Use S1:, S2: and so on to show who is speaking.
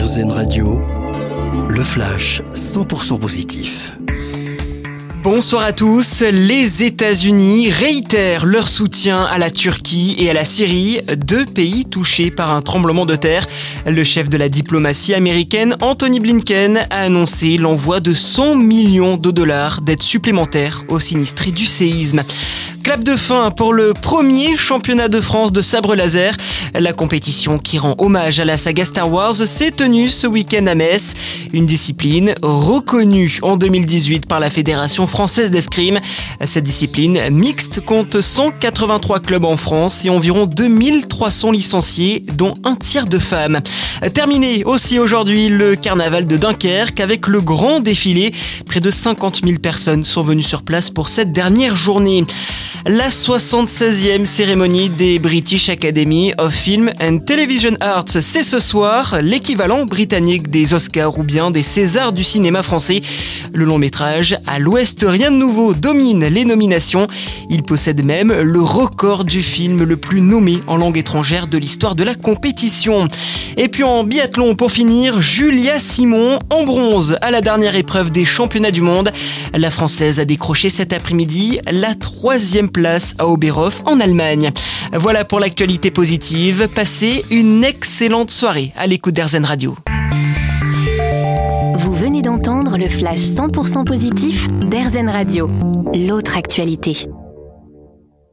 S1: RZN Radio, le flash 100% positif.
S2: Bonsoir à tous. Les États-Unis réitèrent leur soutien à la Turquie et à la Syrie, deux pays touchés par un tremblement de terre. Le chef de la diplomatie américaine, Antony Blinken, a annoncé l'envoi de 100 millions de dollars d'aide supplémentaires aux sinistrés du séisme. Clap de fin pour le premier championnat de France de sabre laser. La compétition qui rend hommage à la saga Star Wars s'est tenue ce week-end à Metz. Une discipline reconnue en 2018 par la Fédération française d'escrime. Cette discipline mixte compte 183 clubs en France et environ 2300 licenciés, dont un tiers de femmes. Terminé aussi aujourd'hui le carnaval de Dunkerque avec le grand défilé. Près de 50 000 personnes sont venues sur place pour cette dernière journée. La 76e cérémonie des British Academy of Film and Television Arts, c'est ce soir, l'équivalent britannique des Oscars ou bien des Césars du cinéma français. Le long métrage À l'Ouest, rien de nouveau domine les nominations. Il possède même le record du film le plus nommé en langue étrangère de l'histoire de la compétition. Et puis en biathlon, pour finir, Julia Simon en bronze à la dernière épreuve des championnats du monde. La Française a décroché cet après-midi la 3e place à Oberhof en Allemagne. Voilà pour l'actualité positive. Passez une excellente soirée à l'écoute d'RZN Radio.
S3: Vous venez d'entendre le flash 100% positif d'RZN Radio. L'autre actualité.